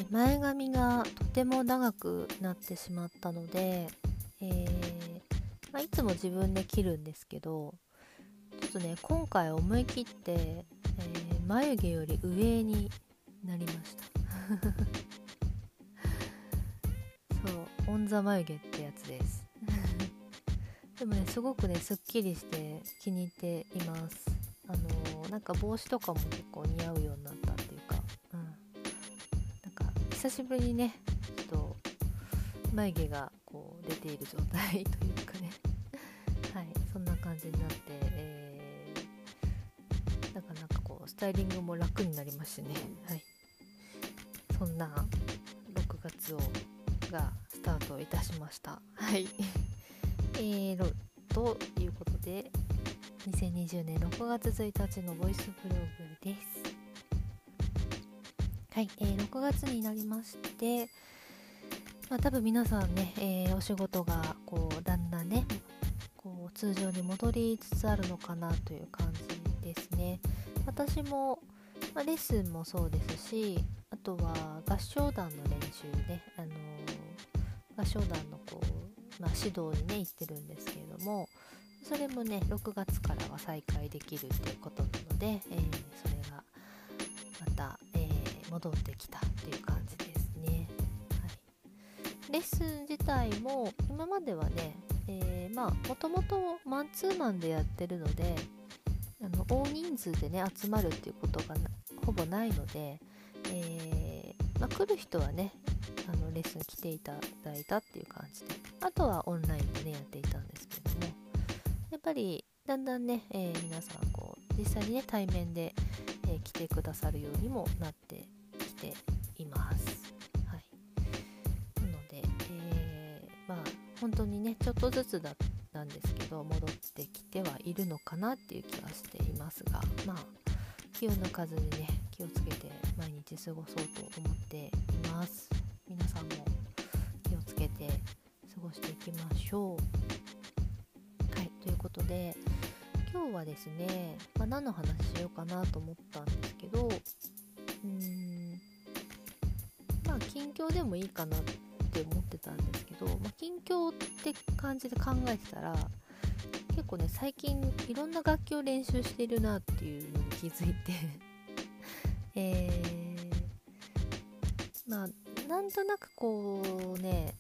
前髪がとても長くなってしまったので、いつも自分で切るんですけど、ちょっとね今回思い切って、眉毛より上になりましたそうオンザ眉毛ってやつですでもねすごくねすっきりして気に入っています。なんか帽子とかも結構似合うようになったっていうか、なんか久しぶりにねちょっと眉毛がこう出ている状態というかねはい、そんな感じになって、なんかこうスタイリングも楽になりますしね、はい、そんな6月がスタートいたしました。はい、ということで2020年6月1日のボイスブログです。はい、6月になりまして、多分皆さんね、お仕事がこうだんだんねこう通常に戻りつつあるのかなという感じですね。私も、レッスンもそうですし、あとは合唱団の練習ね、合唱団のこう、指導にね行ってるんですけれども、それもね6月からは再開できるということなので、それがまた、戻ってきたという感じですね。はい、レッスン自体も今まではねもともとマンツーマンでやってるので大人数でね集まるっていうことがほぼないので、来る人はねレッスン来ていただいたっていう感じで、あとはオンラインでねやっていたんですけども、やっぱりだんだんね、皆さんこう実際にね対面で、来てくださるようにもなってきています。はい、なので、本当にねちょっとずつだったんですけど戻ってきてはいるのかなっていう気はしていますが、気を抜かずにね気をつけて毎日過ごそうと思っています。皆さんも気をつけて過ごしていきましょう。はい、ということで今日はですね、何の話しようかなと思ったんですけど、近況でもいいかなって思ってたんですけど、近況って感じで考えてたら結構ね最近いろんな楽器を練習しているなっていうのに気づいてなんとなくこうね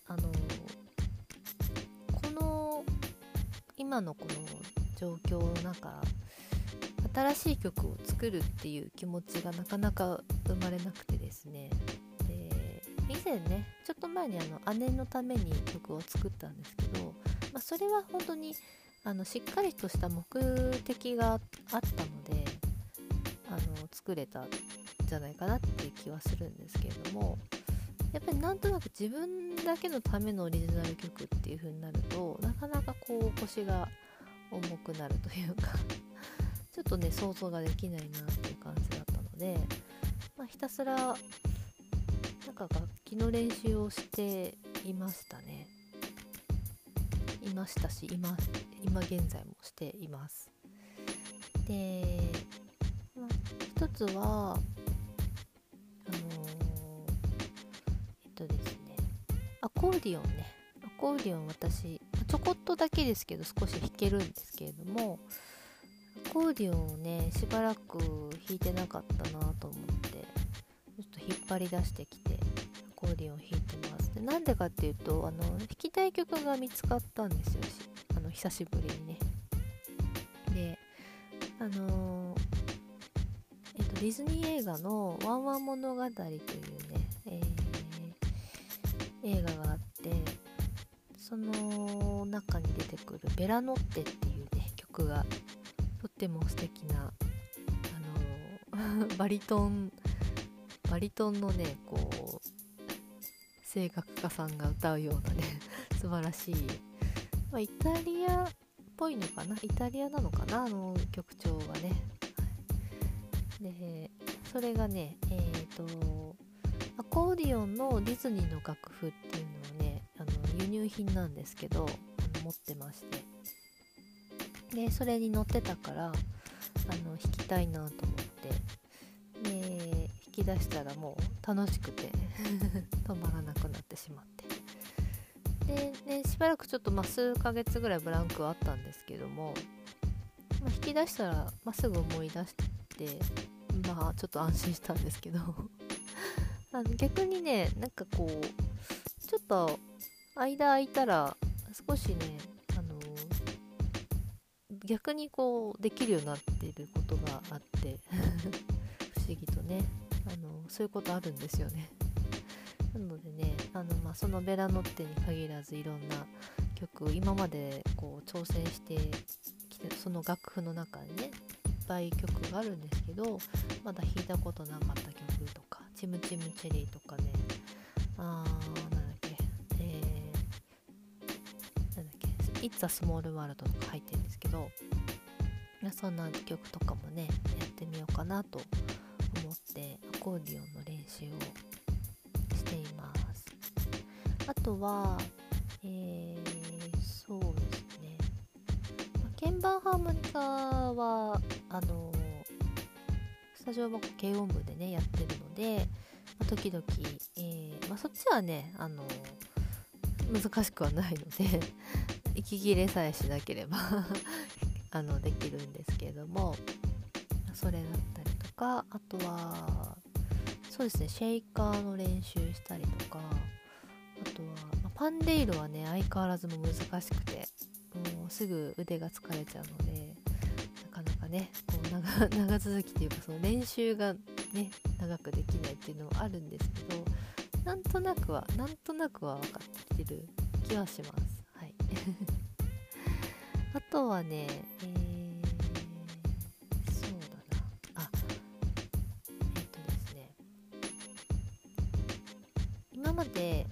この今のこの状況の中新しい曲を作るっていう気持ちがなかなか生まれなくてですね、で以前ねちょっと前に姉のために曲を作ったんですけど、それは本当にしっかりとした目的があったので作れたんじゃないかなっていう気はするんですけれども、やっぱりなんとなく自分だけのためのオリジナル曲っていう風になるとなかなかこう腰が重くなるというかちょっとね想像ができないなっていう感じだったので、ひたすらなんか楽器の練習をしていましたね。いましたし今現在もしています。で、一つはですねアコーディオン私ちょこっとだけですけど少し弾けるんですけれども、アコーディオンをねしばらく弾いてなかったなと思ってちょっと引っ張り出してきてアコーディオン弾いてます。でなんでかっていうと弾きたい曲が見つかったんですよ久しぶりにね。でディズニー映画のワンワン物語というね、映画があって、その中に出てくるベラノッテっていうね曲がとっても素敵なバリトンのねこう声楽家さんが歌うようなね素晴らしい、イタリアっぽいのかな、イタリアなのかな曲調がね。でそれがねアコーディオンのディズニーの楽譜っていうのをね輸入品なんですけど持ってまして、でそれに載ってたから弾きたいなと思って、で弾き出したらもう楽しくて止まらなくなってしまって、で、ね、しばらくちょっと数ヶ月ぐらいブランクはあったんですけども、弾き出したら、すぐ思い出して、ちょっと安心したんですけど逆にね、なんかこうちょっと間空いたら少しね、逆にこうできるようになっていることがあって不思議とね、そういうことあるんですよね。なのでね、そのベラノッテに限らずいろんな曲、今までこう挑戦してきて、その楽譜の中にねいっぱい曲があるんですけど、まだ弾いたことなかった曲とか、チムチムチェリーとかね、なんだっけ、It's a Small World とか入ってるんですけど、そんな曲とかもねやってみようかなと思ってアコーディオンの練習をしています。あとは、そうですね、鍵盤ハーモニカはスタジオも軽音部でねやってるので、時々、そっちはね難しくはないので息切れさえしなければできるんですけれども、それだったりとか、あとはそうですね、シェイカーの練習したりとか、あとは、パンデイロはね相変わらずも難しくて、もうすぐ腕が疲れちゃうので、なかなかねこう長続きというか、その練習がね長くできないっていうのはあるんですけど、なんとなくは分かってきてる気はします。はいあとはね、そうだな、ですね、今まで、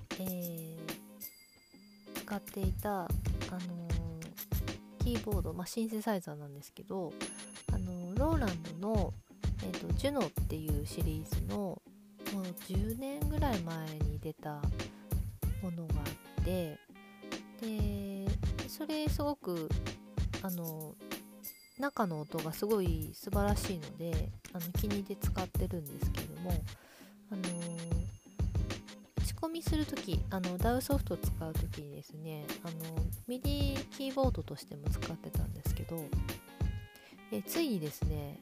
使っていた、キーボード、シンセサイザーなんですけど、ローランドの、ジュノっていうシリーズのもう10年ぐらい前に出たものがあって、でそれすごく中の音がすごい素晴らしいので気に入って使ってるんですけども、打ち込みするときダウソフトを使うときにですね、ミディキーボードとしても使ってたんですけど、ついにですね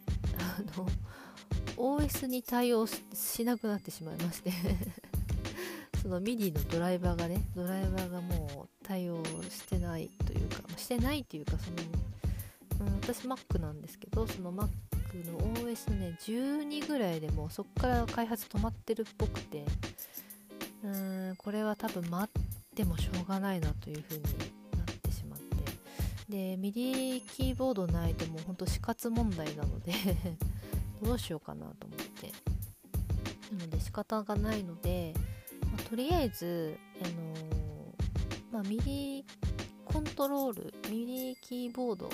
OS に対応 しなくなってしまいましてそのミディのドライバーがもう対応してないというか、その、私 Mac なんですけど、その Mac の OS ね12ぐらいでもうそこから開発止まってるっぽくて、これは多分待ってもしょうがないなという風になってしまって、でミディキーボードないともうほんと死活問題なのでどうしようかなと思って、なので仕方がないので、とりあえずミディコントロール、ミディキーボード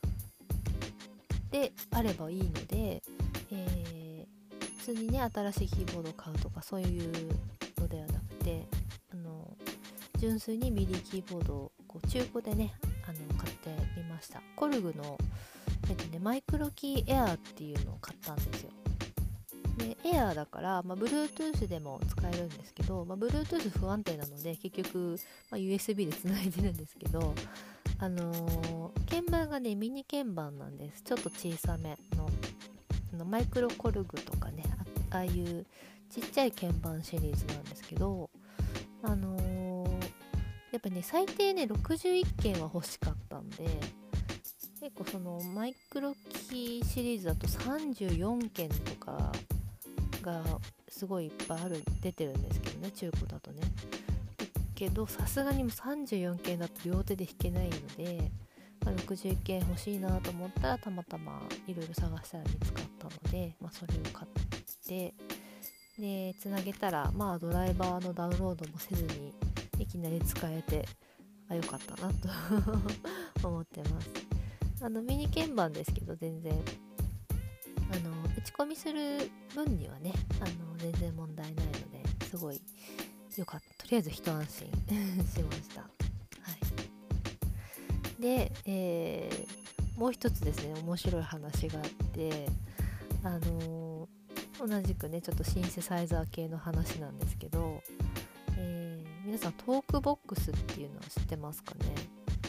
であればいいので、普通にね新しいキーボードを買うとかそういうのではなくて、純粋にミディキーボードをこう中古でね買ってみました。コルグの、マイクロキーエアーっていうのを買ったんですよ。でエアーだから、Bluetooth でも使えるんですけど、Bluetooth 不安定なので結局、USB でつないでるんですけど、鍵盤がねミニ鍵盤なんです。ちょっと小さめのマイクロコルグとかね、ああいうちっちゃい鍵盤シリーズなんですけど、やっぱね最低ね61鍵は欲しかったんで、結構そのマイクロキーシリーズだと34鍵とかがすごいいっぱい出てるんですけどね、中古だとね。けどさすがにも34鍵だと両手で弾けないので、61鍵欲しいなと思ったらたまたまいろいろ探したら見つかったので、それを買ってでつなげたらドライバーのダウンロードもせずにいきなり使えてよかったなと思ってます。ミニ鍵盤ですけど全然打ち込みする分にはね全然問題ないのですごいよかった。とりあえず一安心しました。はい、で、もう一つですね面白い話があって、 同じくねちょっとシンセサイザー系の話なんですけど、皆さんトークボックスっていうのは知ってますかね。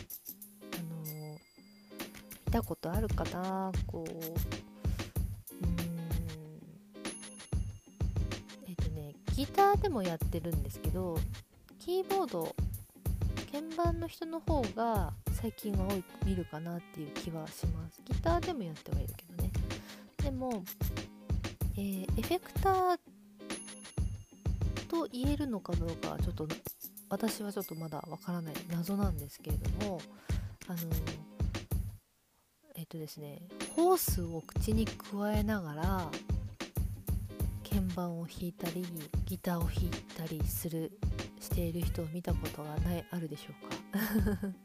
見たことあるかな。ギターでもやってるんですけど、キーボード鍵盤の人の方が最近は見るかなっていう気はします。ギターでもやってはいるけどね。でも、エフェクターと言えるのかどうかはちょっと私はちょっとまだわからない謎なんですけれども、ですね、ホースを口にくわえながら鍵盤を弾いたりギターを弾いたりしている人を見たことがあるでしょうか。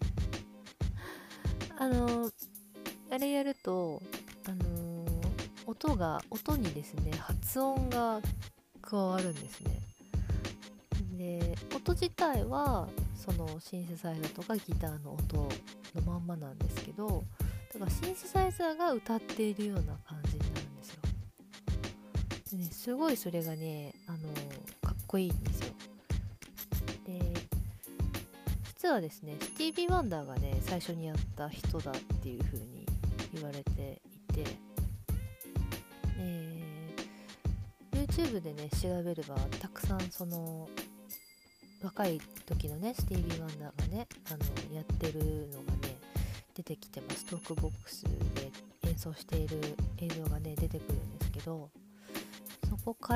あれやると、音にですね発音が加わるんですね。で、音自体はそのシンセサイザーとかギターの音のまんまなんですけど、だからシンセサイザーが歌っているような感じになるんですよ。でね、すごいそれがね、かっこいいんですよ。で、実はですね、スティービー・ワンダーがね最初にやった人だっていう風に言われていて、YouTube でね調べればたくさんその若い時のねスティービー・ワンダーがねやってるのがね出てきてます。トークボックスで演奏している映像がね出てくるんですけど、そこから、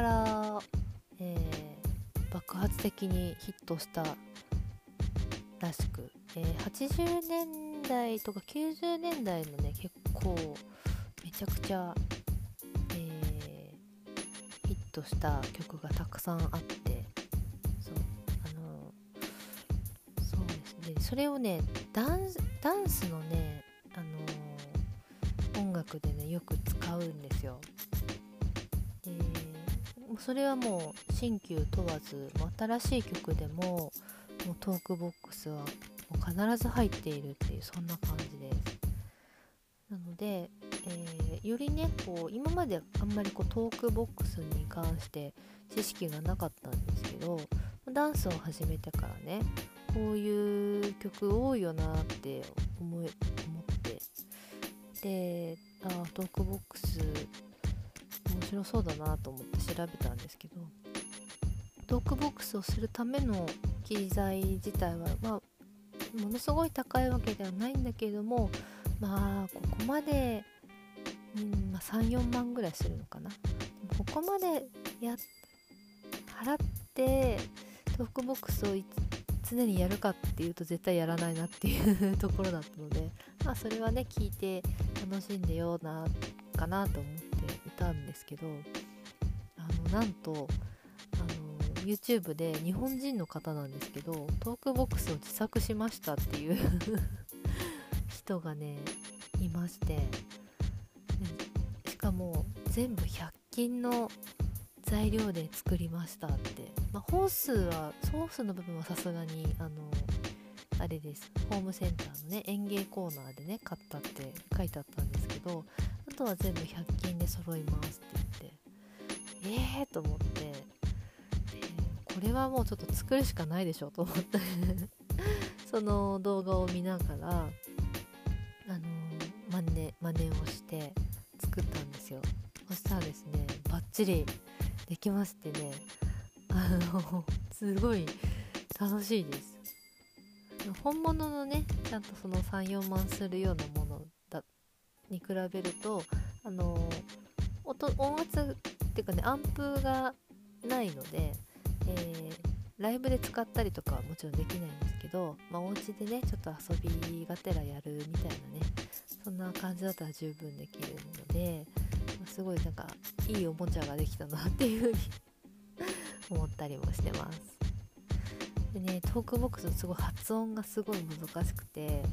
爆発的にヒットしたらしく、80年代とか90年代もね結構めちゃくちゃ、ヒットした曲がたくさんあって、そうですね、それをねダンスのね、音楽でねよく使うんですよ。それはもう新旧問わず、新しい曲でもうトークボックスはもう必ず入っているっていう、そんな感じです。なので、よりね今まであんまりトークボックスに関して知識がなかったんですけど、ダンスを始めてからねこういう曲多いよなって思って、でトークボックス面白そうだなと思って調べたんですけど、トークボックスをするための機材自体は、ものすごい高いわけではないんだけれども、ここまで、3、4万ぐらいするのかな。ここまで払ってトークボックスを常にやるかっていうと絶対やらないなっていうところだったので、それはね聞いて楽しんでようなかなと思っていたんですけど、なんとYouTube で日本人の方なんですけどトークボックスを自作しましたっていう人がねいまして、しかも全部100均の材料で作りましたって、ホースの部分はさすがにあれです、ホームセンターのね園芸コーナーでね買ったって書いてあったんですけど、あとは全部100均で揃いますって言って、と思って、これはもうちょっと作るしかないでしょと思ってその動画を見ながら真似をして作ったんですよ。そしたらですねバッチリできましてね、すごい楽しいです。本物のねちゃんとその 3,4 万するようなものに比べると音圧っていうかねアンプがないので、ライブで使ったりとかはもちろんできないんですけど、お家でねちょっと遊びがてらやるみたいなね、そんな感じだったら十分できるので、すごいなんかいいおもちゃができたなっていう風に思ったりもしてます。でね、トークボックスのすごい発音がすごい難しくて、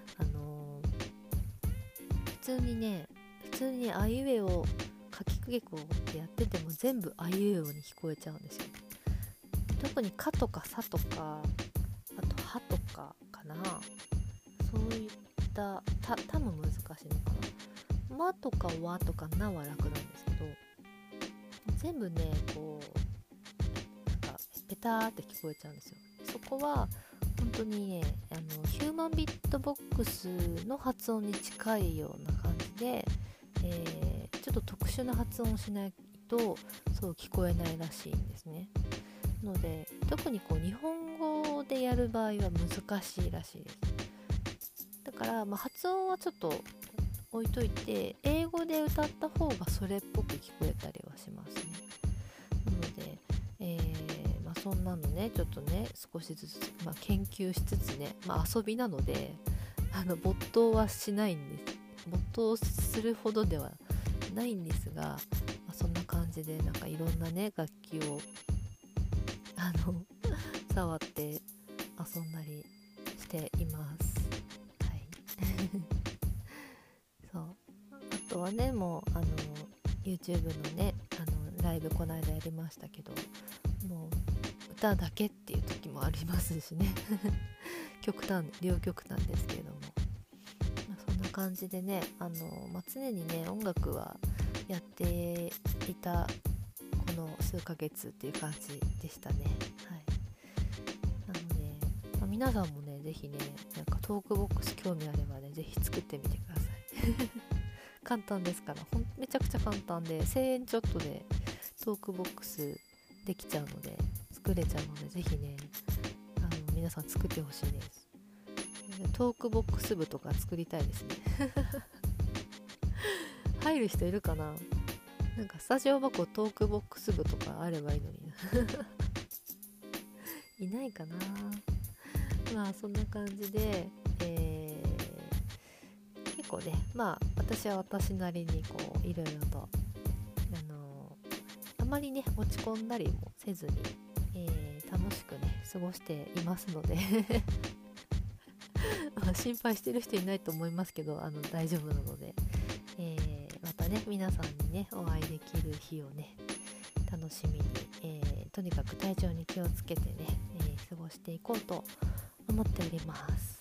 普通にあいうえをかきくけこってやってても全部あいうえおに聞こえちゃうんですよ。特にかとかさとかあとはとかかな、そういったたも難しいのかな。まとかわとかなは楽なんですけど、 全部ねこうなんかペターって聞こえちゃうんですよ。そこは本当にねヒューマンビットボックスの発音に近いような感じで、ちょっと特殊な発音をしないとそう聞こえないらしいんですね。ので特にこう日本語でやる場合は難しいらしいです。だから、発音はちょっと置いといて英語で歌った方がそれっぽく聞こえたりはしますね。なので、そんなのねちょっとね少しずつ、研究しつつね、遊びなので没頭はしないんです。没頭するほどではないんですが、そんな感じでなんかいろんなね楽器を触って遊んだりしています。はい。そう。あとはねもうYouTube のねライブこの間やりましたけど、もう歌だけっていう時もありますしね両極端ですけれども、そんな感じでね常にね音楽はやっていたこの数ヶ月っていう感じでしたね。はい。なので、皆さんもねぜひねなんかトークボックス興味あればねぜひ作ってみてください簡単ですから、めちゃくちゃ簡単で1000円ちょっとでトークボックスできちゃうので作れちゃうので、ぜひね皆さん作ってほしいです。トークボックス部とか作りたいですね入る人いるかな。なんかスタジオ箱トークボックス部とかあればいいのにいないかな。そんな感じで、結構ね私は私なりにこういろいろとあまりね落ち込んだりもせずに、楽しくね過ごしていますので心配してる人いないと思いますけど大丈夫なので、またね皆さんにねお会いできる日をね楽しみに、とにかく体調に気をつけてね、過ごしていこうと思っております。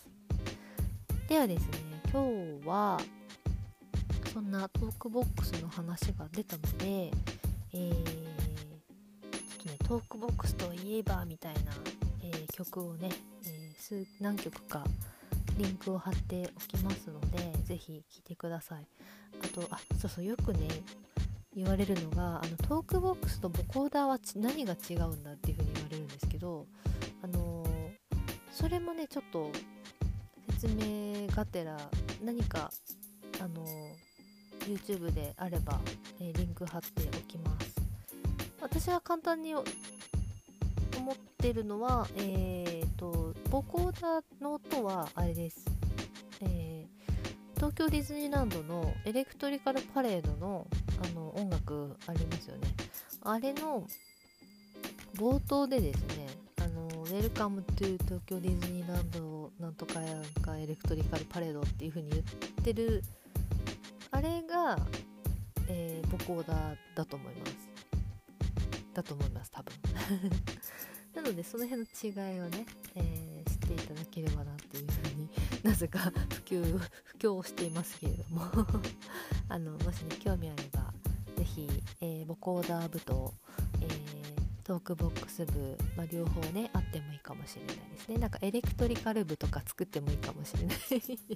ではですね、今日はそんなトークボックスの話が出たので、ちょっとねトークボックスといえばみたいな、曲をね、何曲かリンクを貼っておきますのでぜひ聴いてください。そうよくね言われるのがトークボックスとボコーダーは何が違うんだっていうふうに言われるんですけど、それもねちょっと説明がてら何かYouTube であれば、リンク貼っておきます。私は簡単に思ってるのはボコーダーの音はあれです、東京ディズニーランドのエレクトリカルパレードの音楽ありますよね。あれの冒頭でですねWelcome to 東京ディズニーランドなんとかやんかエレクトリカルパレードっていう風に言ってるあれが、ボコーダーだと思います多分なのでその辺の違いをね、知っていただければなっていう風になぜか布教をしていますけれどももしね興味あればぜひ、ボコーダー部と、トークボックス部、両方ねあってもいいかもしれないですね。なんかエレクトリカル部とか作ってもいいかもしれないですね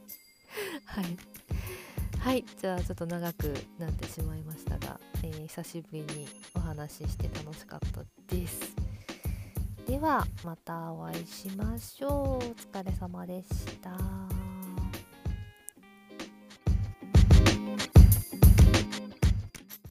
はい、じゃあちょっと長くなってしまいましたが、久しぶりにお話しして楽しかったです。ではまたお会いしましょう。お疲れ様でした。